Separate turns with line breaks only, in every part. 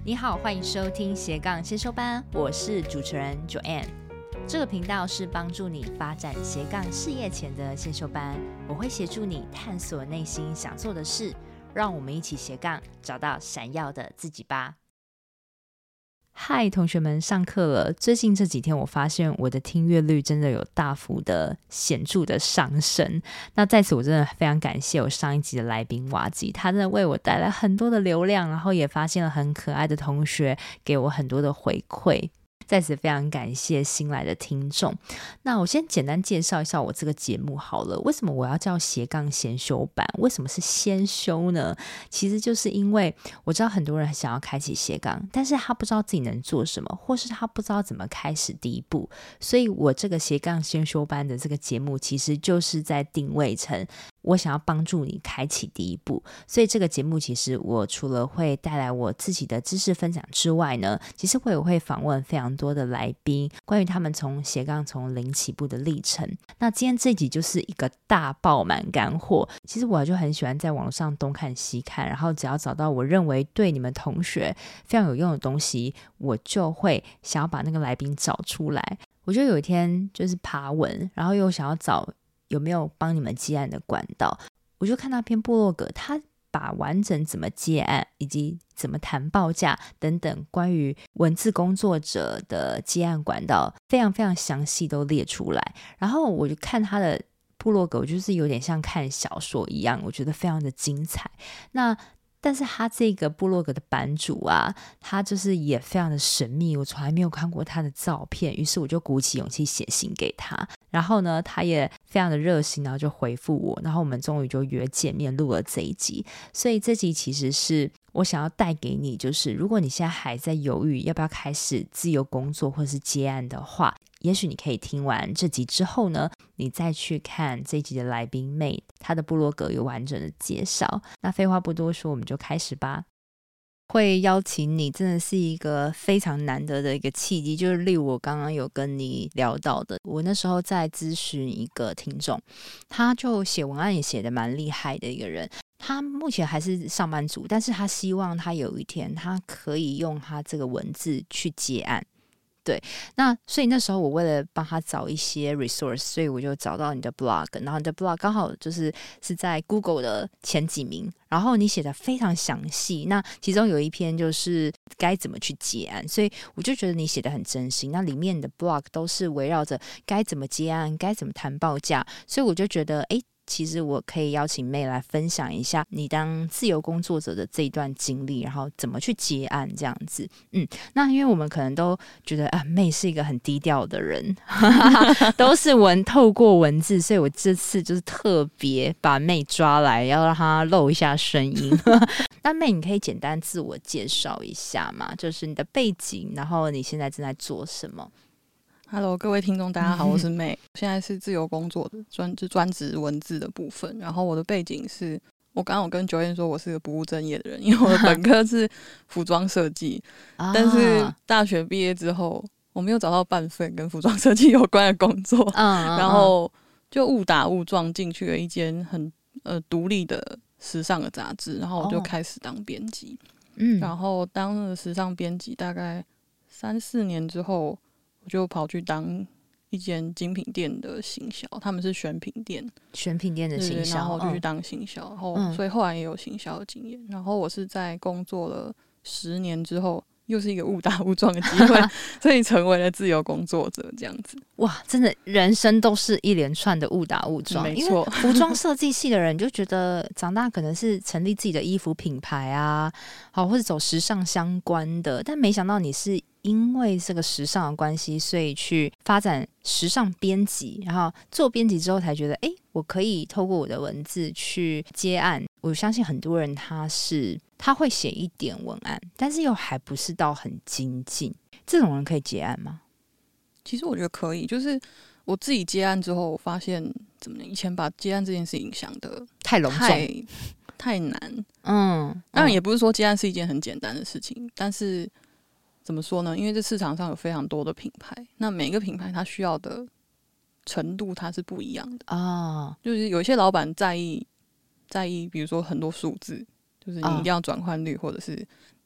你好，欢迎收听斜杠先修班，我是主持人 Joanne。这个频道是帮助你发展斜杠事业前的先修班，我会协助你探索内心想做的事，让我们一起斜杠找到闪耀的自己吧。嗨，同学们，上课了。最近这几天我发现我的听阅率真的有大幅的显著的上升，那在此我真的非常感谢我上一集的来宾瓦吉，他真的为我带来很多的流量，然后也发现了很可爱的同学给我很多的回馈，在此非常感谢新来的听众。那我先简单介绍一下我这个节目好了。为什么我要叫斜杠先修班？为什么是先修呢？其实就是因为我知道很多人想要开启斜杠，但是他不知道自己能做什么，或是他不知道怎么开始第一步，所以我这个斜杠先修班的这个节目其实就是在定位成我想要帮助你开启第一步。所以这个节目其实我除了会带来我自己的知识分享之外呢，其实我也会访问非常多的来宾，关于他们从斜杠从零起步的历程。那今天这集就是一个大爆满干货。其实我就很喜欢在网络上东看西看，然后只要找到我认为对你们同学非常有用的东西，我就会想要把那个来宾找出来。我就有一天就是爬文，然后又想要找有没有帮你们接案的管道，我就看到篇部落格，他把完整怎么接案以及怎么谈报价等等关于文字工作者的接案管道非常非常详细都列出来。然后我就看他的部落格，我就是有点像看小说一样，我觉得非常的精彩。但是他这个部落格的版主啊，他就是也非常的神秘，我从来没有看过他的照片，于是我就鼓起勇气写信给他，然后呢他也非常的热心，然后就回复我，然后我们终于就约见面录了这一集。所以这集其实是我想要带给你，就是如果你现在还在犹豫要不要开始自由工作或是接案的话，也许你可以听完这集之后呢，你再去看这一集的来宾妹，她的部落格有完整的介绍。那废话不多说，我们就开始吧。会邀请你真的是一个非常难得的一个契机，就是例如我刚刚有跟你聊到的，我那时候在咨询一个听众，他就写文案也写得蛮厉害的一个人，他目前还是上班族，但是他希望他有一天他可以用他这个文字去接案。对，那所以那时候我为了帮他找一些 resource， 所以我就找到你的 blog， 然后你的 blog 刚好是在 Google 的前几名，然后你写的非常详细，那其中有一篇就是该怎么去接案，所以我就觉得你写的很真心，那里面的 blog 都是围绕着该怎么接案，该怎么谈报价，所以我就觉得其实我可以邀请妹来分享一下你当自由工作者的这一段经历，然后怎么去接案这样子。那因为我们可能都觉得妹是一个很低调的人都是透过文字，所以我这次就是特别把妹抓来，要让她露一下声音那妹你可以简单自我介绍一下吗？就是你的背景，然后你现在正在做什么。
Hello， 各位听众，大家好，我是妹，现在是自由工作的专职文字的部分。然后我的背景是，我刚刚有跟Joanne说我是个不务正业的人，因为我的本科是服装设计，但是大学毕业之后，我没有找到半份跟服装设计有关的工作，然后就误打误撞进去了一间很独立的时尚的杂志，然后我就开始当编辑，然后当了时尚编辑大概3-4年之后。我就跑去当一间精品店的行销，他们是选品店的行销，然后我就去当行销，然后所以后来也有行销的经验。然后我是在工作了10年之后，又是一个误打误撞的机会，所以成为了自由工作者这样子。
哇，真的人生都是一连串的误打误撞，
没错。
服装设计系的人就觉得长大可能是成立自己的衣服品牌啊，好，或者走时尚相关的，但没想到你是因为这个时尚的关系，所以去发展时尚编辑，然后做编辑之后才觉得我可以透过我的文字去接案。我相信很多人他会写一点文案，但是又还不是到很精进，这种人可以接案吗？
其实我觉得可以，就是我自己接案之后，我发现怎么以前把接案这件事情想的
太隆重
太难。当然也不是说接案是一件很简单的事情，但是怎么说呢？因为这市场上有非常多的品牌，那每一个品牌它需要的程度它是不一样的就是有一些老板在意，比如说很多数字，就是你一定要转换率，或者是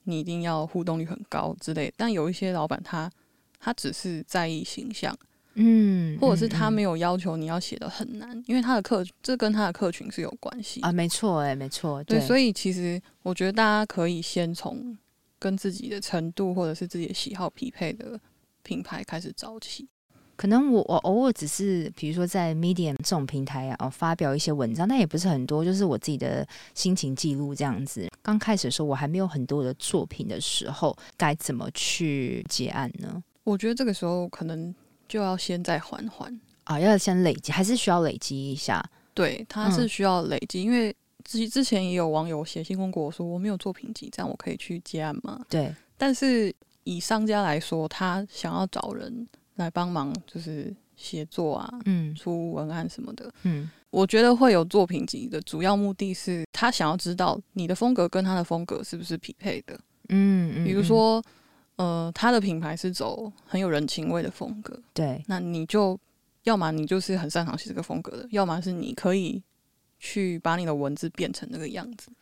你一定要互动率很高之类的，但有一些老板他只是在意形象，或者是他没有要求你要写得很难，因为这跟他的客群是有关系
啊，没错没错，
对，所以其实我觉得大家可以先从跟自己的程度或者是自己的喜好匹配的品牌开始找起。
可能我偶尔只是比如说在 Medium 这种平台发表一些文章，但也不是很多，就是我自己的心情记录这样子。刚开始的时候我还没有很多的作品的时候，该怎么去结案呢？
我觉得这个时候可能就要先再缓缓
要先累积，还是需要累积一下？
对，它是需要累积，因为之前也有网友写信问过我说，我没有作品集，这样我可以去接案吗？
对，
但是以商家来说，他想要找人来帮忙，就是写作啊，出文案什么的，我觉得会有作品集的主要目的是他想要知道你的风格跟他的风格是不是匹配的，比如说他的品牌是走很有人情味的风格，
对，
那你就要么你就是很擅长写这个风格的，要么是你可以去把你的文字变成那个样子。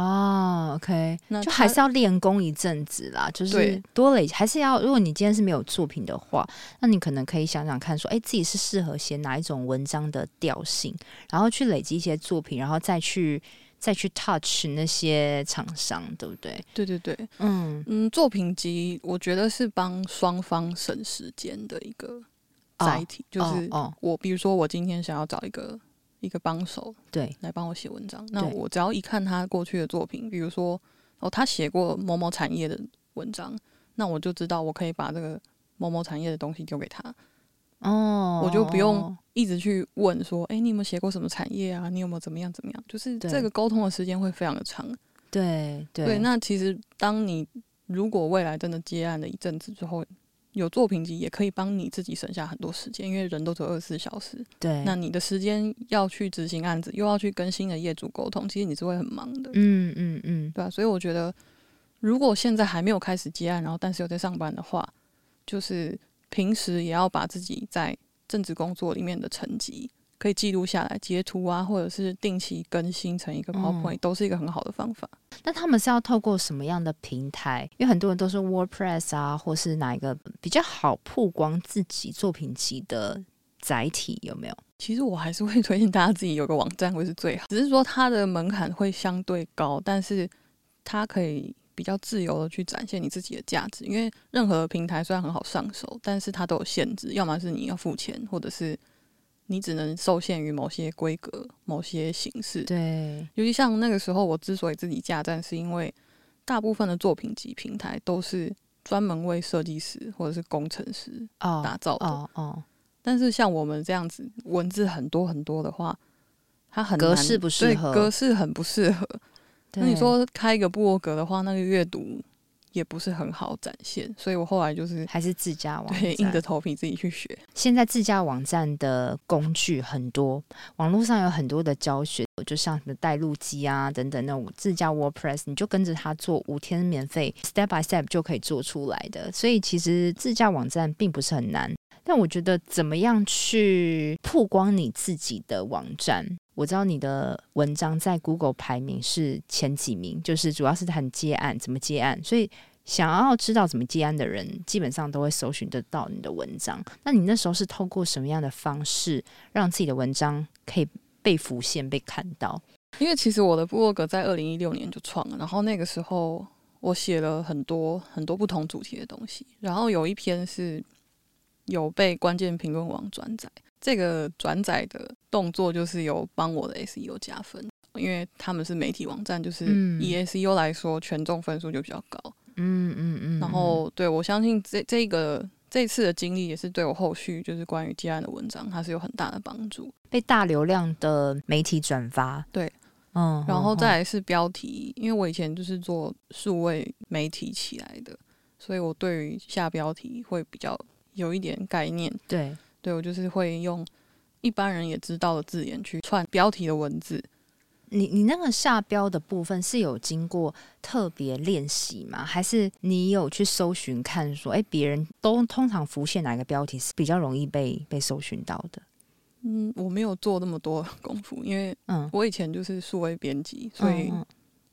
OK， 那就还是要练功一阵子啦，就是多累积，还是要。如果你今天是没有作品的话，那你可能可以想想看说，自己是适合写哪一种文章的调性，然后去累积一些作品，然后再去 touch 那些厂商，对不对？
对对对，作品集我觉得是帮双方省时间的一个载体，就是我比如说我今天想要找一个帮手，对，来帮我写文章，那我只要一看他过去的作品，比如说他写过某某产业的文章，那我就知道我可以把这个某某产业的东西丢给他。我就不用一直去问说你有没有写过什么产业啊，你有没有怎么样，就是这个沟通的时间会非常的长。对，那其实当你如果未来真的接案了一阵子之后，有作品集也可以帮你自己省下很多时间，因为人都只有24小时。对，那你的时间要去执行案子，又要去跟新的业主沟通，其实你是会很忙的。对啊，所以我觉得如果现在还没有开始接案，然后但是有在上班的话，就是平时也要把自己在正职工作里面的成绩可以记录下来，截图啊，或者是定期更新成一个 PowerPoint，都是一个很好的方法。
那他们是要透过什么样的平台？因为很多人都说 WordPress 啊，或是哪一个比较好曝光自己作品集的载体，有没有？
其实我还是会推荐大家自己有个网站会是最好，只是说它的门槛会相对高，但是它可以比较自由的去展现你自己的价值。因为任何平台虽然很好上手，但是它都有限制，要么是你要付钱，或者是你只能受限于某些规格、某些形式。对，尤其像那个时候，我之所以自己架站，是因为大部分的作品集平台都是专门为设计师或者是工程师打造的。但是像我们这样子文字很多很多的话，它很难，
格式不适合，
对，格式很不适合。那你说开一个部落格的话，那个阅读也不是很好展现，所以我后来就是
还是自家网站，
对，硬着头皮自己去学。
现在自家网站的工具很多，网络上有很多的教学，就像什么带路机啊等等那种自家 WordPress， 你就跟着它做5天免费 step by step 就可以做出来的。所以其实自家网站并不是很难，但我觉得怎么样去曝光你自己的网站。我知道你的文章在 Google 排名是前几名，就是主要是谈接案，怎么接案，所以想要知道怎么接案的人基本上都会搜寻得到你的文章。那你那时候是透过什么样的方式让自己的文章可以被浮现、被看到？
因为其实我的部落格在2016年就创了，然后那个时候我写了很多很多不同主题的东西，然后有一篇是有被关键评论网转载。这个转载的动作就是有帮我的 SEO 加分，因为他们是媒体网站，就是以 SEO 来说权重分数就比较高。然后对，我相信这次的经历也是对我后续就是关于接案的文章它是有很大的帮助，
被大流量的媒体转发。
对，然后再来是标题，因为我以前就是做数位媒体起来的，所以我对于下标题会比较有一点概念。对，我就是会用一般人也知道的字眼去串标题的文字。
你那个下标的部分是有经过特别练习吗？还是你有去搜寻看说别人都通常浮现哪个标题是比较容易被搜寻到的？我
没有做那么多功夫，因为我以前就是数位编辑，所以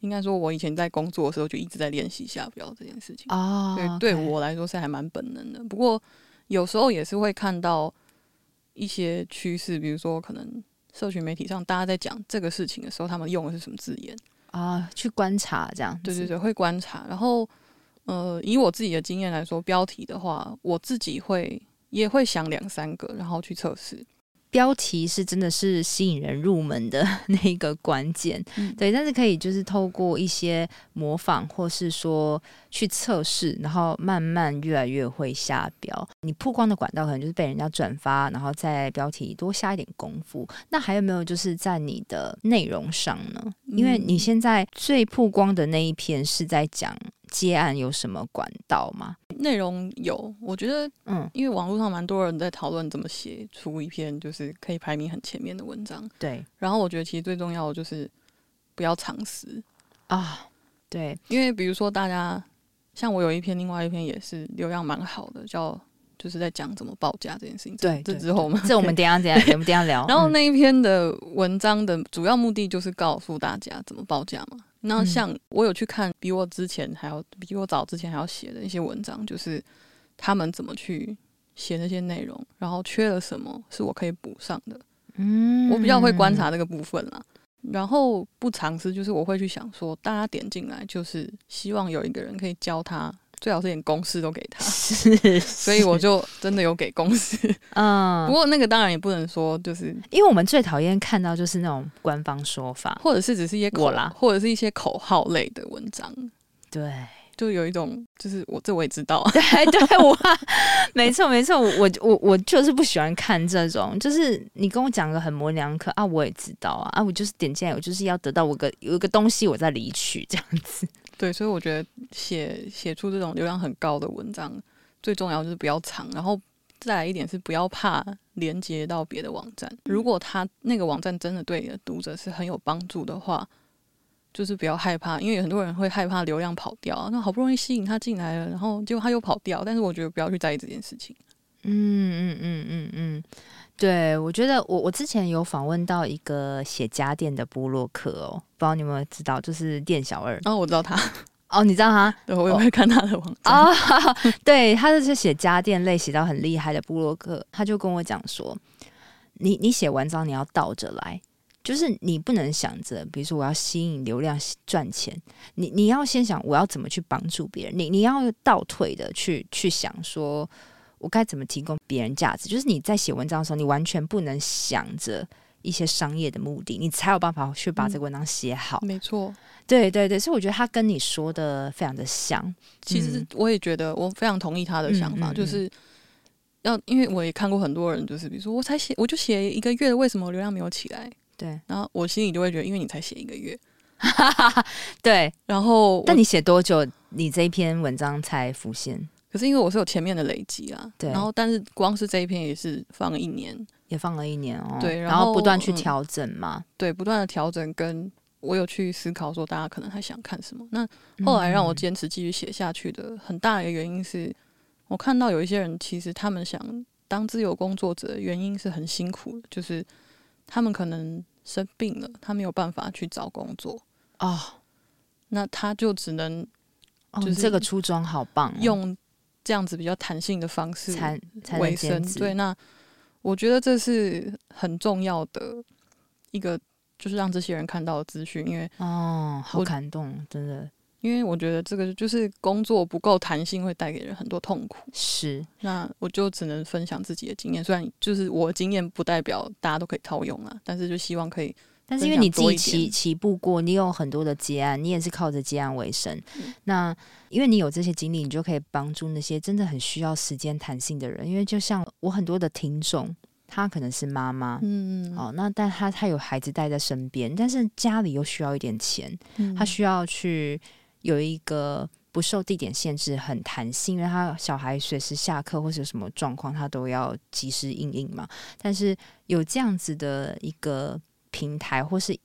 应该说我以前在工作的时候就一直在练习下标这件事情。
哦，
对我来说是还蛮本能的。不过有时候也是会看到一些趋势，比如说可能社群媒体上大家在讲这个事情的时候，他们用的是什么字眼
啊，去观察这样子。
对对对，会观察。然后以我自己的经验来说，标题的话，我自己也会想2-3个，然后去测试。
标题是真的是吸引人入门的那一个关键，对，但是可以就是透过一些模仿，或是说去测试，然后慢慢越来越会下标。你曝光的管道可能就是被人家转发，然后在标题多下一点功夫。那还有没有就是在你的内容上呢？因为你现在最曝光的那一篇是在讲接案有什么管道吗？
内容有，我觉得，因为网络上蛮多人在讨论怎么写出一篇就是可以排名很前面的文章。
对，
然后我觉得其实最重要的就是不要藏私
啊。对，
因为比如说大家像我有一篇，另外一篇也是流量蛮好的，就是在讲怎么报价这件事情。
对，
这之后我们
这我们等一下聊。
然后那一篇的文章的主要目的就是告诉大家怎么报价嘛。那像我有去看比我早之前还要写的一些文章，就是他们怎么去写那些内容，然后缺了什么是我可以补上的。我比较会观察这个部分啦。然后不藏私，就是我会去想说，大家点进来就是希望有一个人可以教他，最好是连公式都给他。所以我就真的有给公式。不过那个当然也不能说，就是
因为我们最讨厌看到就是那种官方说法，
或者是只是一些或者是一些口号类的文章。
对，
就有一种就是我也知道。
对，我没错，我就是不喜欢看这种，就是你跟我讲个很模棱两可啊，我也知道啊，我就是点进来，我就是要得到有一个东西，我再离去这样子。
对，所以我觉得写出这种流量很高的文章，最重要就是不要藏，然后再来一点是不要怕连接到别的网站。如果他那个网站真的对你的读者是很有帮助的话，就是不要害怕，因为很多人会害怕流量跑掉，那好不容易吸引他进来了，然后结果他又跑掉。但是我觉得不要去在意这件事情。
对，我觉得我之前有访问到一个写家电的部落客哦，不知道你有没有知道，就是店小二。
我知道他。
你知道他？
对，我也会看他的网站。
对，他就是写家电类写到很厉害的部落客，他就跟我讲说，你写文章你要倒着来。就是你不能想着比如说我要吸引流量赚钱，你要先想我要怎么去帮助别人，你要倒退的去想说我该怎么提供别人价值。就是你在写文章的时候，你完全不能想着一些商业的目的，你才有办法去把这个文章写好。
没错，
对对对，所以我觉得他跟你说的非常的像。
其实我也觉得我非常同意他的想法，就是因为我也看过很多人，就是比如说我就写1个月了，为什么流量没有起来？
对，
然后我心里就会觉得，因为你才写1个月。
对，
然后
但你写多久，你这一篇文章才浮现？
可是因为我是有前面的累积啊，
对，
然后但是光是这一篇也是放了1年，
也放了1年哦。
对，
然后不断去调整嘛，
对，不断的调整，跟我有去思考说大家可能还想看什么。那后来让我坚持继续写下去的很大的一个原因是，我看到有一些人其实他们想当自由工作者的原因是很辛苦的，就是他们可能生病了，他没有办法去找工作那他就只能就是
这个初衷好棒
用这样子比较弹性的方式
才
维生。对，那我觉得这是很重要的一个，就是让这些人看到的资讯。因为
好感动，真的。
因为我觉得这个就是工作不够弹性会带给人很多痛苦。
是，
那我就只能分享自己的经验，虽然就是我的经验不代表大家都可以套用啦，但是就希望可以。
但是因为你自己起步过，你有很多的接案，你也是靠着接案为生。那因为你有这些经历，你就可以帮助那些真的很需要时间弹性的人。因为就像我很多的听众，他可能是妈妈，那但他有孩子带在身边，但是家里又需要一点钱，他需要去有一个不受地点限制，很弹性，因为他小孩随时下课或是有什么状况，他都要及时因应嘛。但是有这样子的一个平台，或是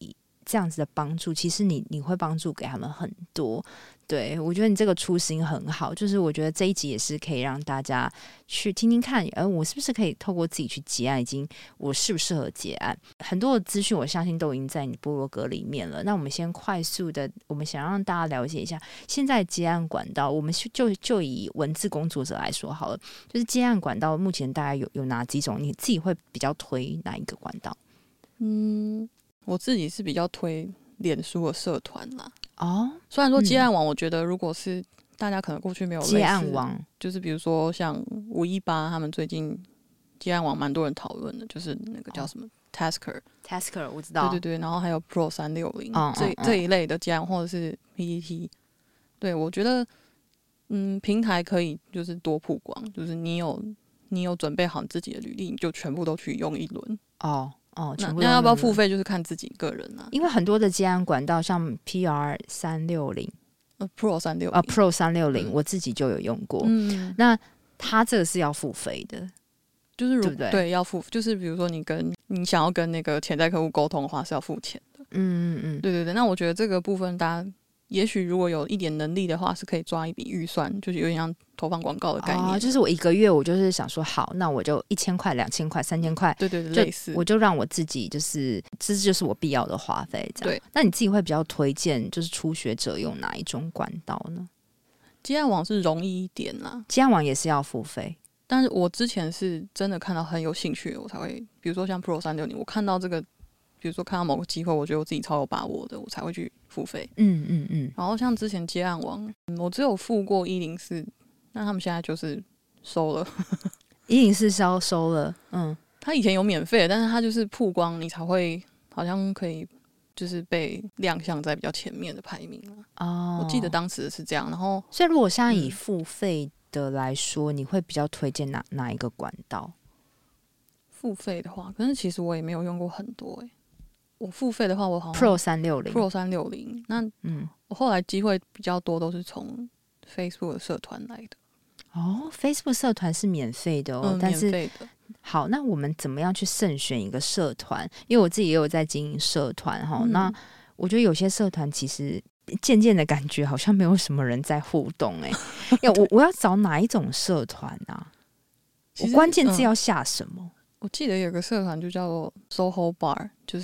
这样子的帮助，其实你会帮助给他们很多。对，我觉得你这个初心很好，就是我觉得这一集也是可以让大家去听听看，我是不是可以透过自己去结案，我适不适合结案，很多的资讯我相信都已经在你部落格里面了。那我们先快速的，我们想让大家了解一下现在结案管道，我们就以文字工作者来说好了，就是接案管道目前大概有哪几种，你自己会比较推哪一个管道？
我自己是比较推脸书的社团啦。虽然说
接
接案网，我觉得如果是大家可能过去没有类似
接案网，就是
比如说像518他们最近接案网蛮多人讨论的，就是那个叫什么 Tasker
我知道，
对对对，然后还有 Pro 360、这一类的接案，或者是 PTT。对，我觉得平台可以就是多曝光，就是你有准备好自己的履历，你就全部都去用一轮。那要不要付费就是看自己个人啊。
因为很多的接案管道像 PR360、
Pro
360，我自己就有用过。那它这个是要付费的，
就是
对不对？
对，要付，就是比如说你想要跟那个潜在客户沟通的话是要付钱的。对对对。那我觉得这个部分大家也许如果有一点能力的话，是可以抓一笔预算，就是有点像投放广告的概念。
就是我一个月我就是想说，好，那我就1000块、2000块、3000块，
对对对，类似，
我就让我自己就是这就是我必要的花费，这样。
对，
那你自己会比较推荐就是初学者用哪一种管道呢？
接案网是容易一点啦，
接案网也是要付费。
但是我之前是真的看到很有兴趣的，我才会，比如说像 Pro 360，我看到这个，比如说看到某个机会，我觉得我自己超有把握的，我才会去付费。然后像之前接案网，我只有付过104，那他们现在就是收了。
104收了，
他以前有免费的，但是他就是曝光，你才会好像可以就是被亮相在比较前面的排名我记得当时是这样。然后，
所以如果像以付费的来说，你会比较推荐哪一个管道？
付费的话，可是其实我也没有用过很多我付费的话，我好像
Pro 360，
那我后来机会比较多都是从 Facebook 的社团来的。
Facebook 社团是免费的但是
免费的。
好，那我们怎么样去慎选一个社团？因为我自己也有在经营社团那我觉得有些社团其实渐渐的感觉好像没有什么人在互动我要找哪一种社团啊？我关键字要下什么？
我记得有个社团就叫做 SOHO Bar， 就是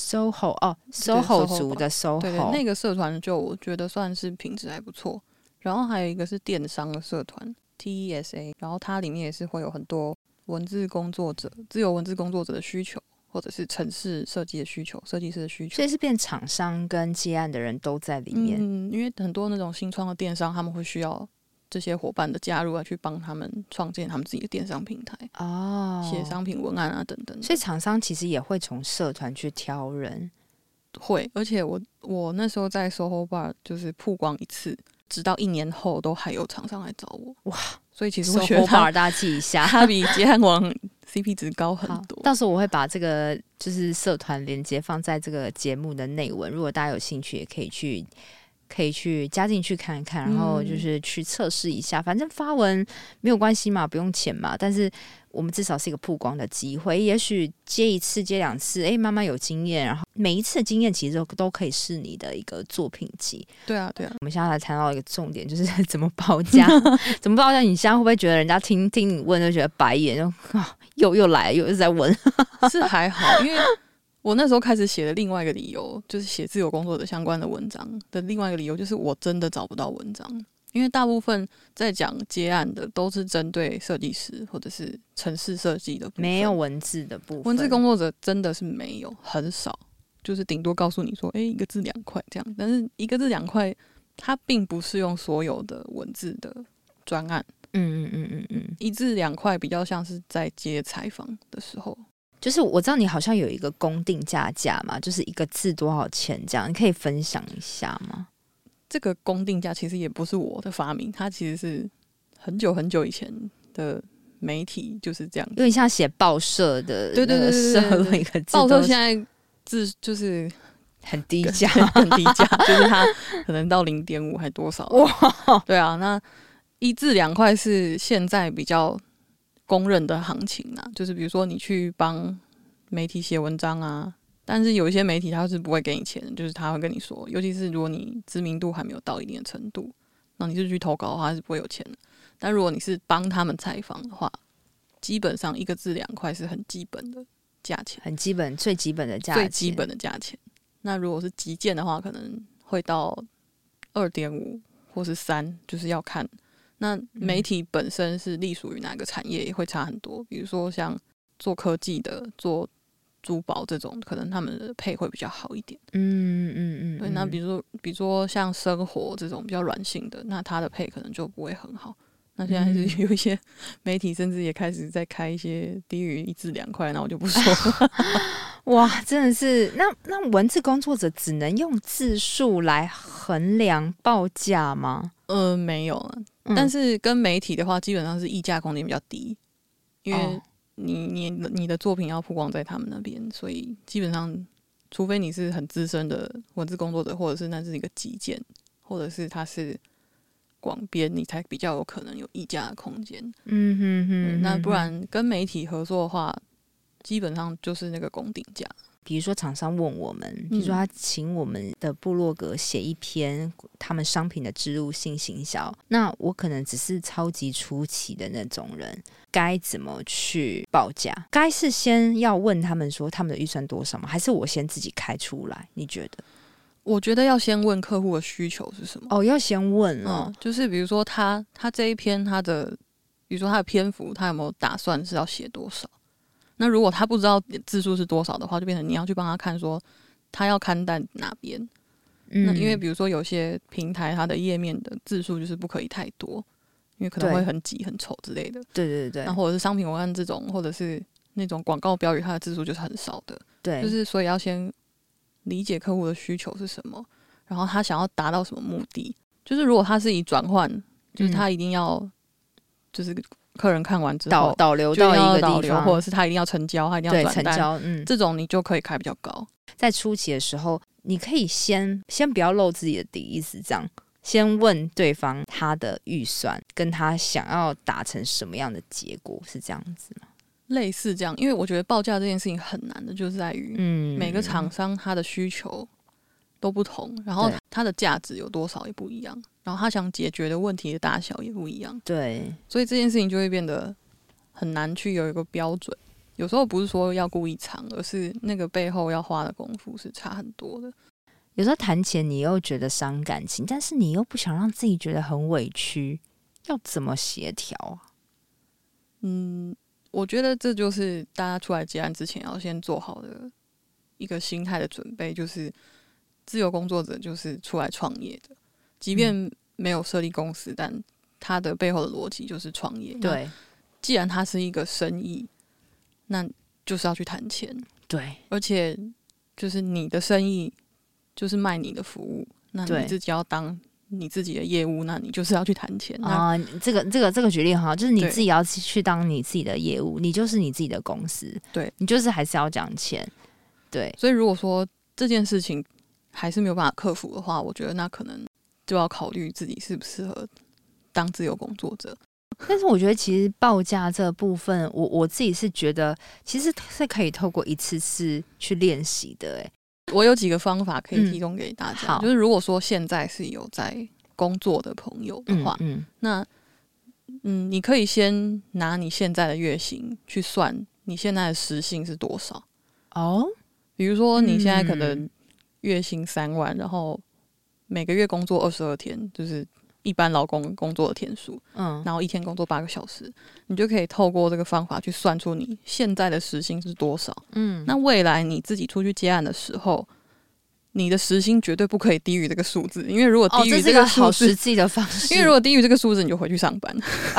SOHO 族的 SOHO，
对，那个社团就我觉得算是品质还不错。然后还有一个是电商的社团 TESA， 然后它里面也是会有很多文字工作者、自由文字工作者的需求，或者是城市设计的需求、设计师的需求，
所以是变厂商跟接案的人都在里面。
因为很多那种新创的电商，他们会需要这些伙伴的加入，来去帮他们创建他们自己的电商平台写商品文案等等。
所以厂商其实也会从社团去挑人，
会。而且我那时候在 SOHO Bar 就是曝光一次，直到1年后都还有厂商来找我。哇！所以其实我觉得
大家记一下，
它比接案网 CP 值高很多。
到时候我会把这个就是社团连接放在这个节目的内文，如果大家有兴趣，也可以去加进去看看，然后就是去测试一下。反正发文没有关系嘛，不用钱嘛，但是我们至少是一个曝光的机会。也许接1次接2次，慢慢有经验，然后每一次的经验其实都可以是你的一个作品集。对啊。我们现在来谈到一个重点，就是怎么报价。怎么报价？你现在会不会觉得人家听你问就觉得白眼，又来又在问？
是还好，因为我那时候开始写的另外一个理由，就是写自由工作者相关的文章的另外一个理由，就是我真的找不到文章。因为大部分在讲接案的都是针对设计师或者是城市设计的部分，
没有文字的部分。
文字工作者真的是没有，很少，就是顶多告诉你说1个字2块这样。但是1个字2块它并不适用所有的文字的专案。1字2块比较像是在接采访的时候。
就是我知道你好像有一个公定价嘛，就是1个字多少钱这样，你可以分享一下吗？
这个公定价其实也不是我的发明，它其实是很久很久以前的媒体就是这样子，
有点像写报社的，
对，
设了一个字，
报社现在字就是
很低价，
很低价，就是它可能到0.5还多少哇？对啊，那1字2块是现在比较公认的行情就是比如说你去帮媒体写文章但是有一些媒体他是不会给你钱的，就是他会跟你说，尤其是如果你知名度还没有到一定的程度，那你是去投稿的话，他是不会有钱的。但如果你是帮他们采访的话，基本上1个字2块是很基本的价钱，
很基本最基本的价钱，
最基本的价钱。那如果是急件的话，可能会到2.5或是3，就是要看。那媒体本身是隶属于哪个产业也会差很多，比如说像做科技的、做珠宝这种，可能他们的配会比较好一点。对。那比如说像生活这种比较软性的，那它的配可能就不会很好。那现在是有一些媒体甚至也开始在开一些低于1至2块，那我就不说了。
哇，真的是那文字工作者只能用字数来衡量报价吗？
没有啊。但是跟媒体的话，基本上是议价空间比较低，因为你的作品要曝光在他们那边，所以基本上，除非你是很资深的文字工作者，或者是那是一个急件，或者是他是广编，你才比较有可能有议价的空间。那不然跟媒体合作的话，基本上就是那个公定价。
比如说厂商问我们，比如说他请我们的部落格写一篇他们商品的植入性行销，那我可能只是超级初期的那种人，该怎么去报价？该是先要问他们说他们的预算多少吗？还是我先自己开出来？你觉得？
我觉得要先问客户的需求是什么。
要先问哦。
就是比如说他这一篇比如说他的篇幅，他有没有打算是要写多少？那如果他不知道字数是多少的话，就变成你要去帮他看说他要看在哪边。那因为比如说有些平台它的页面的字数就是不可以太多，因为可能会很挤很丑之类的。
对。
那或者是商品文案这种，或者是那种广告标语，它的字数就是很少的。
对，
就是所以要先理解客户的需求是什么，然后他想要达到什么目的。就是如果他是以转换，就是他一定要就是客人看完之后
导流到一个地方，
或者是他一定要成交，他一定要转单，
成交，
这种你就可以开比较高。
在初期的时候，你可以先不要露自己的底，意思这样，先问对方他的预算跟他想要达成什么样的结果，是这样子吗？
类似这样，因为我觉得报价这件事情很难的，就是在于每个厂商他的需求都不同，然后他的价值有多少也不一样，然后他想解决的问题的大小也不一样。
对，
所以这件事情就会变得很难去有一个标准。有时候不是说要故意藏，而是那个背后要花的功夫是差很多的。
有时候谈钱你又觉得伤感情，但是你又不想让自己觉得很委屈，要怎么协调啊？
我觉得这就是大家出来接案之前要先做好的一个心态的准备，就是自由工作者就是出来创业的，即便没有设立公司，但他的背后的逻辑就是创业。
对，
既然它是一个生意，那就是要去谈钱。
对，
而且就是你的生意就是卖你的服务，那你自己要当你自己的业务，那你就是要去谈钱啊。
这个举例很好，就是你自己要去当你自己的业务，你就是你自己的公司，
对，
你就是还是要讲钱。对，
所以如果说这件事情还是没有办法克服的话，我觉得那可能就要考虑自己适不适合当自由工作者。
但是我觉得其实报价这部分，我自己是觉得其实是可以透过一次次去练习的。
我有几个方法可以提供给大家，就是如果说现在是有在工作的朋友的话，那你可以先拿你现在的月薪去算你现在的时薪是多少哦。比如说你现在可能月薪3万，然后每个月工作22天，就是一般劳工工作的天数，然后一天工作8个小时，你就可以透过这个方法去算出你现在的时薪是多少。那未来你自己出去接案的时候，你的时薪绝对不可以低于这个数字，因为如果低于这个数字，
这是个好实际的方式。
因为如果低于这个数字，你就回去上班。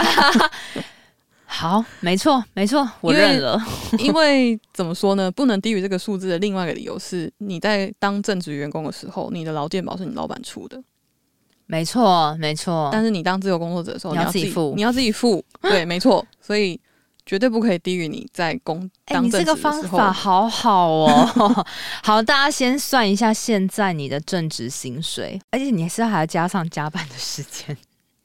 好，没错，我认了。
因为怎么说呢？不能低于这个数字的另外一个理由是，你在当正职员工的时候，你的劳健保是你老板出的。
没错。
但是你当自由工作者的时候，
你要自己付。
对，没错。所以绝对不可以低于你在当正职的时候。
你这个方法好好哦。好，大家先算一下现在你的正职薪水，而且你还要加上加班的时间。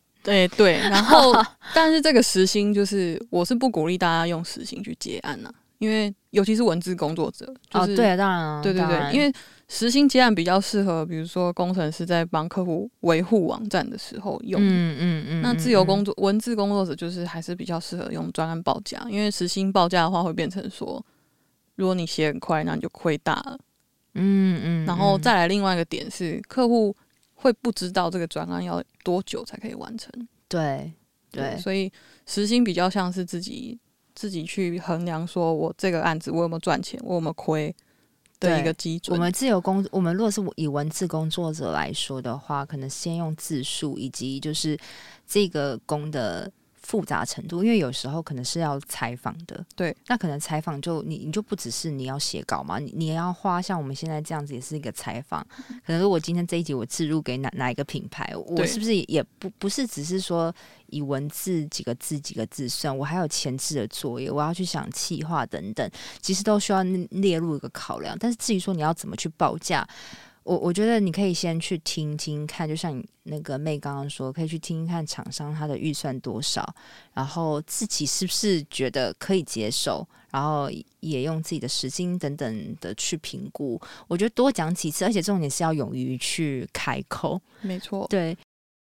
对，然后但是这个时薪就是我是不鼓励大家用时薪去接案啊， 因为尤其是文字工作者，就是
对啊，当然啊，
对对对，因为时薪接案比较适合，比如说工程师在帮客户维护网站的时候用。那自由工作文字工作者就是还是比较适合用专案报价，因为时薪报价的话会变成说，如果你写很快，那你就亏大了。然后再来另外一个点是，客户会不知道这个专案要多久才可以完成。
对，
所以时薪比较像是自己去衡量，说我这个案子我有没有赚钱，我有没有亏的一个基准。
我们如果是以文字工作者来说的话，可能先用字数以及就是这个工的复杂程度，因为有时候可能是要采访的，
对，
那可能采访就你就不只是你要写稿嘛，你要花像我们现在这样子也是一个采访，可能如果今天这一集我置入给哪一个品牌，我是不是也不是只是说以文字几个字算，我还有前置的作业，我要去想企划等等，其实都需要列入一个考量。但是至于说你要怎么去报价，我觉得你可以先去听听看，就像你那个妹刚刚说，可以去听听看厂商他的预算多少，然后自己是不是觉得可以接受，然后也用自己的时薪等等的去评估。我觉得多讲几次，而且重点是要勇于去开口。
没错，
对。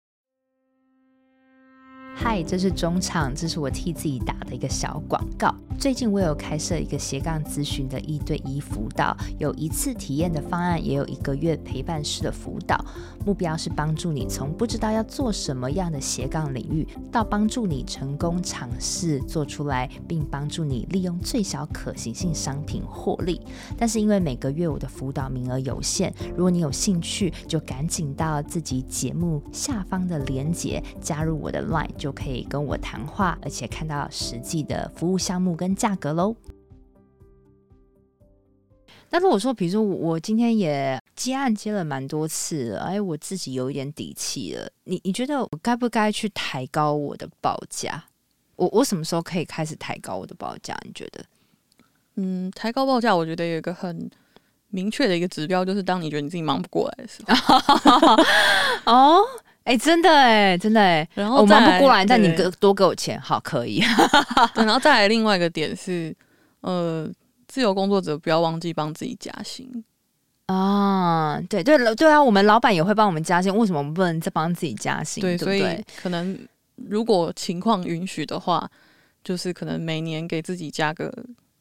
嗨，这是中场，这是我替自己打的一个小广告。最近我有开设一个斜杠咨询的1对1辅导，有1次体验的方案，也有1个月陪伴式的辅导。目标是帮助你从不知道要做什么样的斜杠领域，到帮助你成功尝试做出来，并帮助你利用最小可行性商品获利。但是因为每个月我的辅导名额有限，如果你有兴趣，就赶紧到自己节目下方的连结加入我的 LINE， 就可以跟我谈话，而且看到实际的服务项目跟价格咯。那如果说比如说我今天也接案接了蛮多次了，我自己有一点底气了，你觉得我该不该去抬高我的报价？我什么时候可以开始抬高我的报价？你觉得？
抬高报价我觉得有一个很明确的一个指标，就是当你觉得你自己忙不过来的时候。
真的真的
然后
我忙不过来，但你多给我钱，好，可以。
对，然后再来另外一个点是，自由工作者不要忘记帮自己加薪
啊！对啊，我们老板也会帮我们加薪，为什么我们不能再帮自己加薪？对不对？
所以可能如果情况允许的话，就是可能每年给自己加个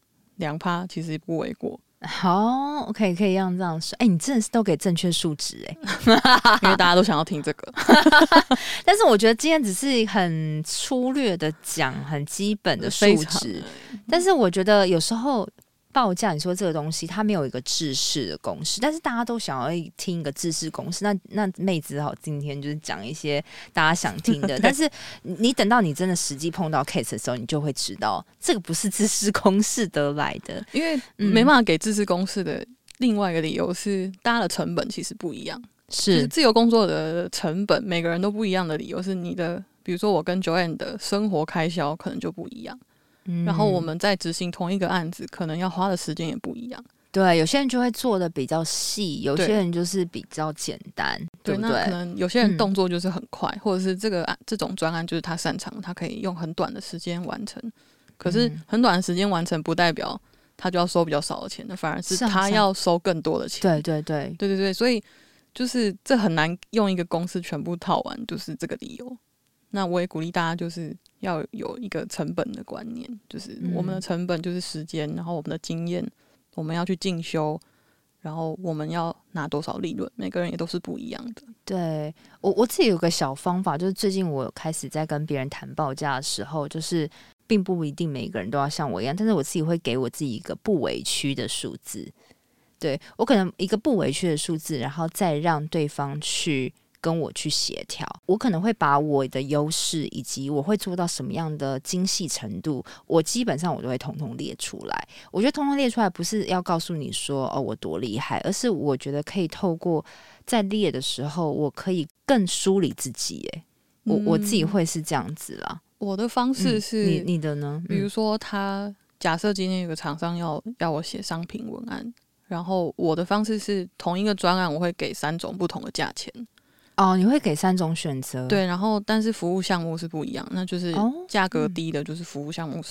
2%，其实不为过。
好 ，OK， 可以让这样说。你真的是都给正确数值
因为大家都想要听这个。
但是我觉得今天只是很粗略的讲很基本的数值，但是我觉得有时候报价，你说这个东西它没有一个制式的公式，但是大家都想要听一个制式公式，那妹子好，今天就是讲一些大家想听的，但是你等到你真的实际碰到 case 的时候，你就会知道这个不是制式公式得来的，
因为没办法给制式公式的另外一个理由是，大家的成本其实不一样，就是自由工作的成本每个人都不一样的理由是你的，比如说我跟 Joanne 的生活开销可能就不一样。然后我们在执行同一个案子，可能要花的时间也不一样。
对，有些人就会做的比较细，有些人就是比较简单， 对不对？
那可能有些人动作就是很快，或者是这种专案就是他擅长，他可以用很短的时间完成。可是很短的时间完成，不代表他就要收比较少的钱，反而是他要收更多的钱。
对，
所以就是这很难用一个公司全部套完，就是这个理由。那我也鼓励大家就是要有一个成本的观念，就是我们的成本就是时间，然后我们的经验，我们要去进修，然后我们要拿多少利润，每个人也都是不一样的。
对，我自己有个小方法，就是最近我开始在跟别人谈报价的时候，就是并不一定每个人都要像我一样，但是我自己会给我自己一个不委屈的数字。对，我可能一个不委屈的数字，然后再让对方去跟我去协调，我可能会把我的优势以及我会做到什么样的精细程度，我基本上我都会统统列出来。我觉得统统列出来不是要告诉你说我多厉害，而是我觉得可以透过在列的时候，我可以更梳理自己。我自己会是这样子啦。
我的方式是，
你的呢？
比如说假设今天有个厂商要我写商品文案，然后我的方式是同一个专案我会给3种不同的价钱。
你会给3种选择？
对，然后但是服务项目是不一样，那就是价格低的就是服务项目少，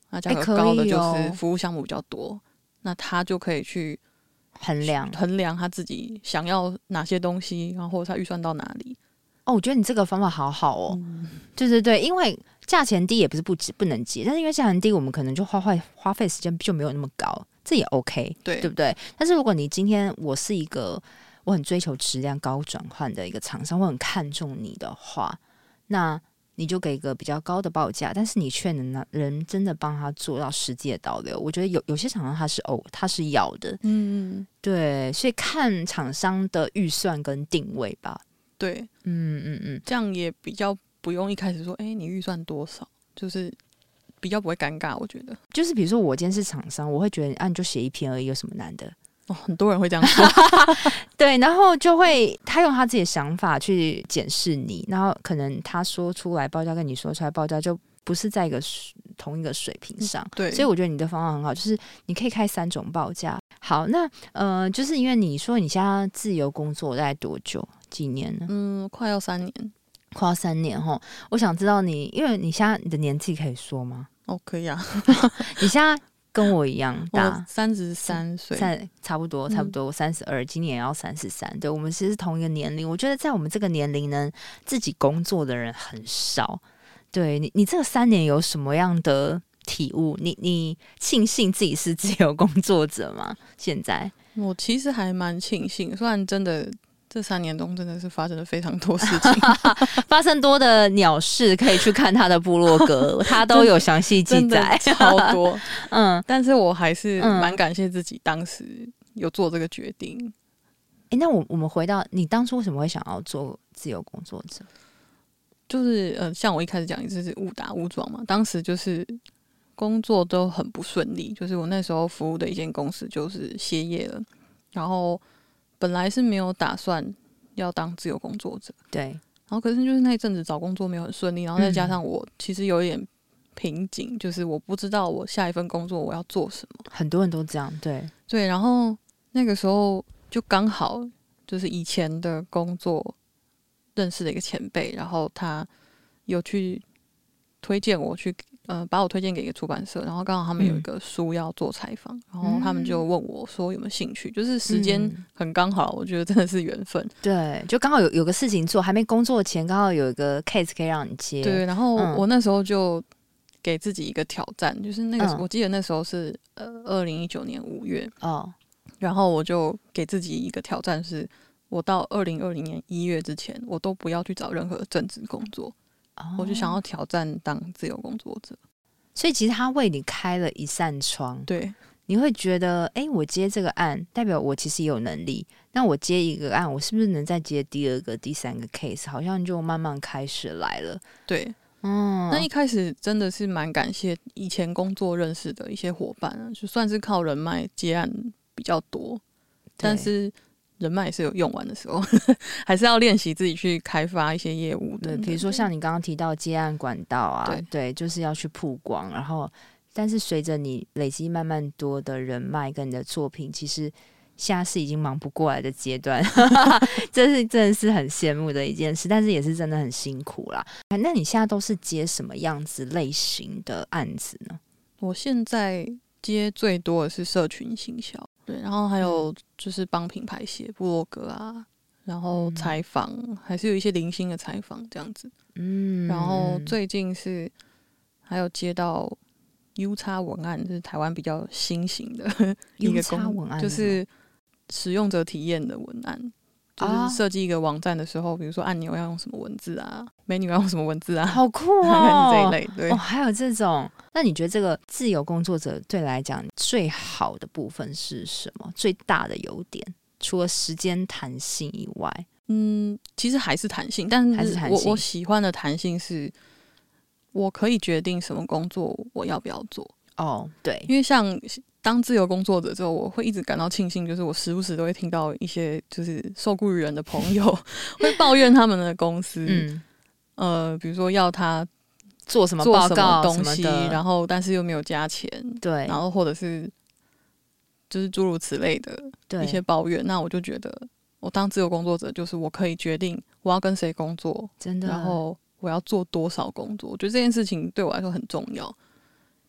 那价格高的就是服务项目比较多，那他就可以去衡量他自己想要哪些东西，然后或者他预算到哪里。
我觉得你这个方法好好哦。对，因为价钱低也不是不能接，但是因为价钱低，我们可能就花费时间就没有那么高，这也 OK， 对不对？但是如果你今天我是一个我很追求质量高转换的一个厂商，我很看重你的话，那你就给一个比较高的报价，但是你却能人真的帮他做到实际的导流。我觉得有些厂商他是要的，对，所以看厂商的预算跟定位吧。
对，这样也比较不用一开始说，你预算多少，就是比较不会尴尬。我觉得，
就是比如说我今天是厂商，我会觉得你就写一篇而已，有什么难的？
很多人会这样说。
对，然后就会他用他自己的想法去检视你，然后可能他说出来报价跟你说出来报价就不是在同一个水平上。
对，
所以我觉得你的方法很好，就是你可以开3种报价。好，那就是因为你说你现在自由工作大概多久？几年呢？
快要3年。
快要3年齁。我想知道因为你现在你的年纪可以说吗？
可以啊。
你现在跟我一样大，
我33岁，
差不多。我32，今年也要33。对，我们其实是同一个年龄。我觉得在我们这个年龄呢，自己工作的人很少。对你这3年有什么样的体悟？你庆幸自己是自由工作者吗？现在
我其实还蛮庆幸，虽然真的这3年中真的是发生了非常多事情，
发生多的鸟事，可以去看他的部落格，他都有详细记载，
超多。但是我还是蛮感谢自己当时有做这个决定。
那我们回到你当初为什么会想要做自由工作者？
就是像我一开始讲，就是误打误撞嘛。当时就是工作都很不顺利，就是我那时候服务的一间公司就是歇业了，然后本来是没有打算要当自由工作者，
对。
然后可是就是那一阵子找工作没有很顺利，然后再加上我其实有一点瓶颈，就是我不知道我下一份工作我要做什么。
很多人都这样，对。
然后那个时候就刚好就是以前的工作认识的一个前辈，然后他有去推荐我去把我推荐给一个出版社，然后刚好他们有一个书要做采访，然后他们就问我说有没有兴趣，就是时间很刚好，我觉得真的是缘分。
对，就刚好有个事情做，还没工作前刚好有一个 case 可以让你接。
对，然后我那时候就给自己一个挑战，就是那个我记得那时候是2019年5月然后我就给自己一个挑战，是我到2020年1月之前，我都不要去找任何正职工作。我就想要挑战当自由工作者，
所以其实他为你开了一扇窗。
对，
你会觉得我接这个案代表我其实也有能力，那我接一个案我是不是能再接第2个第3个 case， 好像就慢慢开始来了。
对，那一开始真的是蛮感谢以前工作认识的一些伙伴就算是靠人脉接案比较多，但是人脉也是有用完的时候，还是要练习自己去开发一些业务的。
对，比如说像你刚刚提到接案管道啊，对，就是要去曝光，然后但是随着你累积慢慢多的人脉跟你的作品，其实现在是已经忙不过来的阶段，这是真的是很羡慕的一件事，但是也是真的很辛苦啦。那你现在都是接什么样子类型的案子呢？
我现在接最多的是社群行销，对，然后还有就是帮品牌写部落格啊，然后采访，还是有一些零星的采访这样子。然后最近是还有接到 UX 文案，就是台湾比较新型的一个
文案，
就是使用者体验的文案。就是设计一个网站的时候，比如说按钮要用什么文字啊，美女要用什么文字啊，
好酷哦！
这一类，对
还有这种。那你觉得这个自由工作者对来讲最好的部分是什么？最大的优点，除了时间弹性以外，
其实还是弹性，但是我喜欢的弹性是，我可以决定什么工作我要不要做。
对，
因为像当自由工作者之后，我会一直感到庆幸，就是我时不时都会听到一些就是受雇于人的朋友会抱怨他们的公司，比如说要他
做什么报告
东西，然后但是又没有加钱，
对，
然后或者是就是诸如此类的一些抱怨，那我就觉得我当自由工作者，就是我可以决定我要跟谁工作，
真的，
然后我要做多少工作，我觉得这件事情对我来说很重要。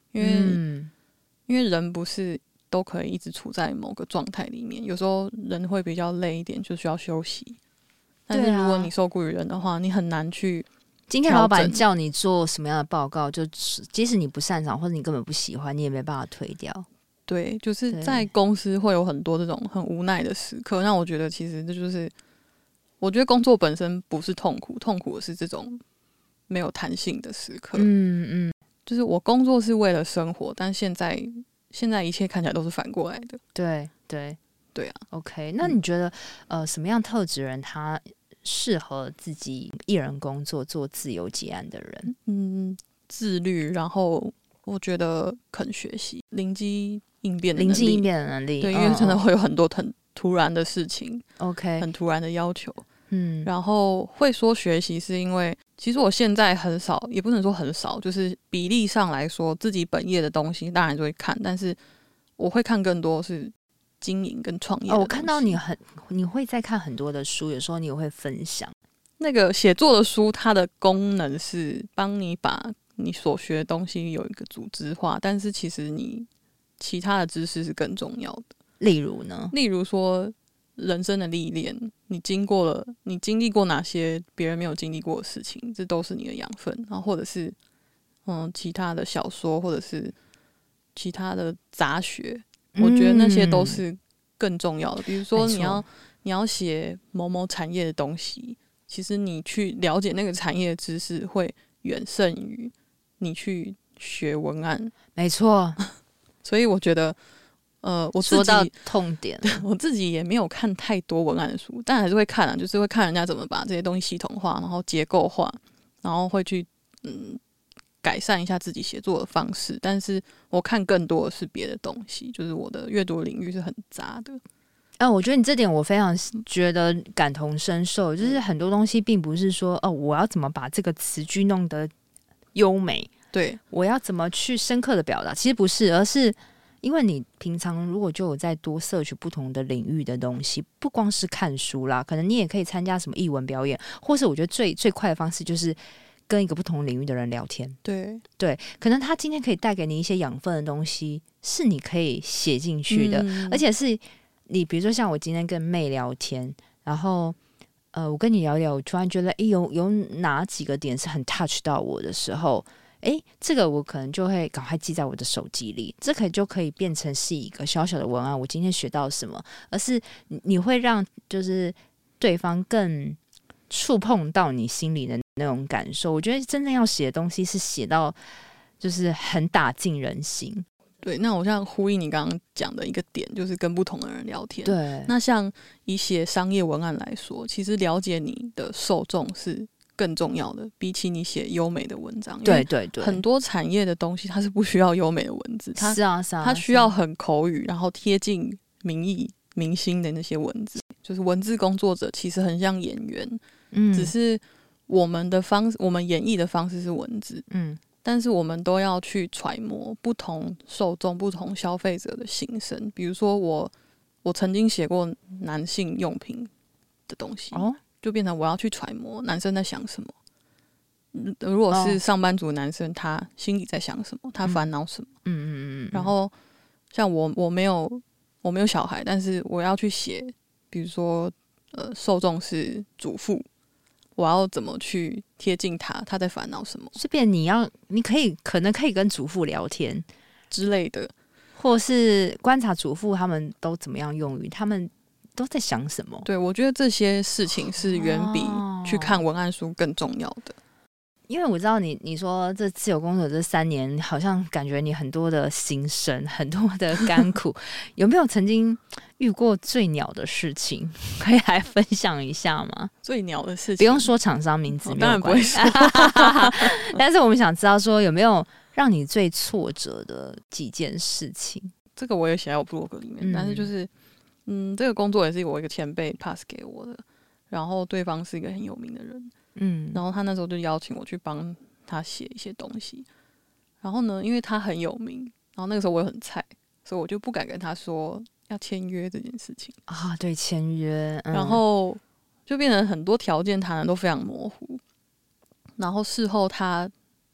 因为人不是都可以一直处在某个状态里面，有时候人会比较累一点，就需要休息。但是如果你受雇于人的话，你很难去。
今天老板叫你做什么样的报告，就即使你不擅长或者你根本不喜欢，你也没办法推掉。
对，就是在公司会有很多这种很无奈的时刻。那我觉得其实这就是，我觉得工作本身不是痛苦，痛苦的是这种没有弹性的时刻。就是我工作是为了生活，但现在一切看起来都是反过来的。
对啊。OK， 那你觉得什么样特质人他适合自己一人工作做自由接案的人？
自律，然后我觉得肯学习，灵机应变的
能力。
对，因为真的会有很多很突然的事情
，OK，
很突然的要求。然后会说学习是因为其实我现在很少，也不能说很少，就是比例上来说自己本业的东西当然就会看，但是我会看更多是经营跟创业的东西。
我看到你会在看很多的书，有时候你也会分享。
那个写作的书，它的功能是帮你把你所学的东西有一个组织化，但是其实你其他的知识是更重要的。
例如呢？
例如说人生的历练，你经历过哪些别人没有经历过的事情，这都是你的养分。然后或者是其他的小说，或者是其他的杂学，我觉得那些都是更重要的。比如说你要写某某产业的东西，其实你去了解那个产业的知识会远胜于你去学文案。
没错。
所以我觉得我自己
说到痛点，
我自己也没有看太多文案的书，但还是会看啊，就是会看人家怎么把这些东西系统化，然后结构化，然后会去改善一下自己写作的方式。但是我看更多的是别的东西，就是我的阅读领域是很杂的。
我觉得你这点我非常觉得感同身受，就是很多东西并不是说我要怎么把这个词句弄得优美，
对，
我要怎么去深刻的表达，其实不是，而是因为你平常如果就有在多摄取不同的领域的东西，不光是看书啦，可能你也可以参加什么艺文表演，或是我觉得最快的方式就是跟一个不同领域的人聊天。对，可能他今天可以带给你一些养分的东西，是你可以写进去的，而且是你比如说像我今天跟妹聊天，然后我跟你聊聊，我突然觉得有哪几个点是很 touch 到我的时候，这个我可能就会赶快记在我的手机里，这就可以变成是一个小小的文案，我今天学到什么，而是你会让就是对方更触碰到你心里的那种感受。我觉得真正要写的东西是写到就是很打进人心。
对，那我像呼应你刚刚讲的一个点，就是跟不同的人聊天。
对，
那像以写商业文案来说，其实了解你的受众是更重要的，比起你写优美的文章。
对，
很多产业的东西它是不需要优美的文字，
是啊，
它需要很口语，然后贴近民意民心的那些文字。就是文字工作者其实很像演员，只是我们演绎的方式是文字，但是我们都要去揣摩不同受众、不同消费者的心声。比如说我曾经写过男性用品的东西，就变成我要去揣摩男生在想什么。如果是上班族男生，他心里在想什么，他烦恼什么。然后像我没有小孩，但是我要去写，比如说受众是主妇，我要怎么去贴近他在烦恼什么？
这边你可能可以跟主妇聊天
之类的，
或是观察主妇他们都怎么样用语，他们都在想什么。
对，我觉得这些事情是远比去看文案书更重要的。
因为我知道你说这自由工作这3年，好像感觉你很多的心声，很多的甘苦，有没有曾经遇过最鸟的事情？可以来分享一下吗？
最鸟的事情
不用说厂商名字，
当然不会说。
但是我们想知道说有没有让你最挫折的几件事情？
这个我也写在我部落格里面，但是就是这个工作也是我一个前辈 pass 给我的，然后对方是一个很有名的人。然后他那时候就邀请我去帮他写一些东西，然后呢，因为他很有名，然后那个时候我也很菜，所以我就不敢跟他说要签约这件事情
啊。对，签约，
然后就变成很多条件谈的都非常模糊，然后事后他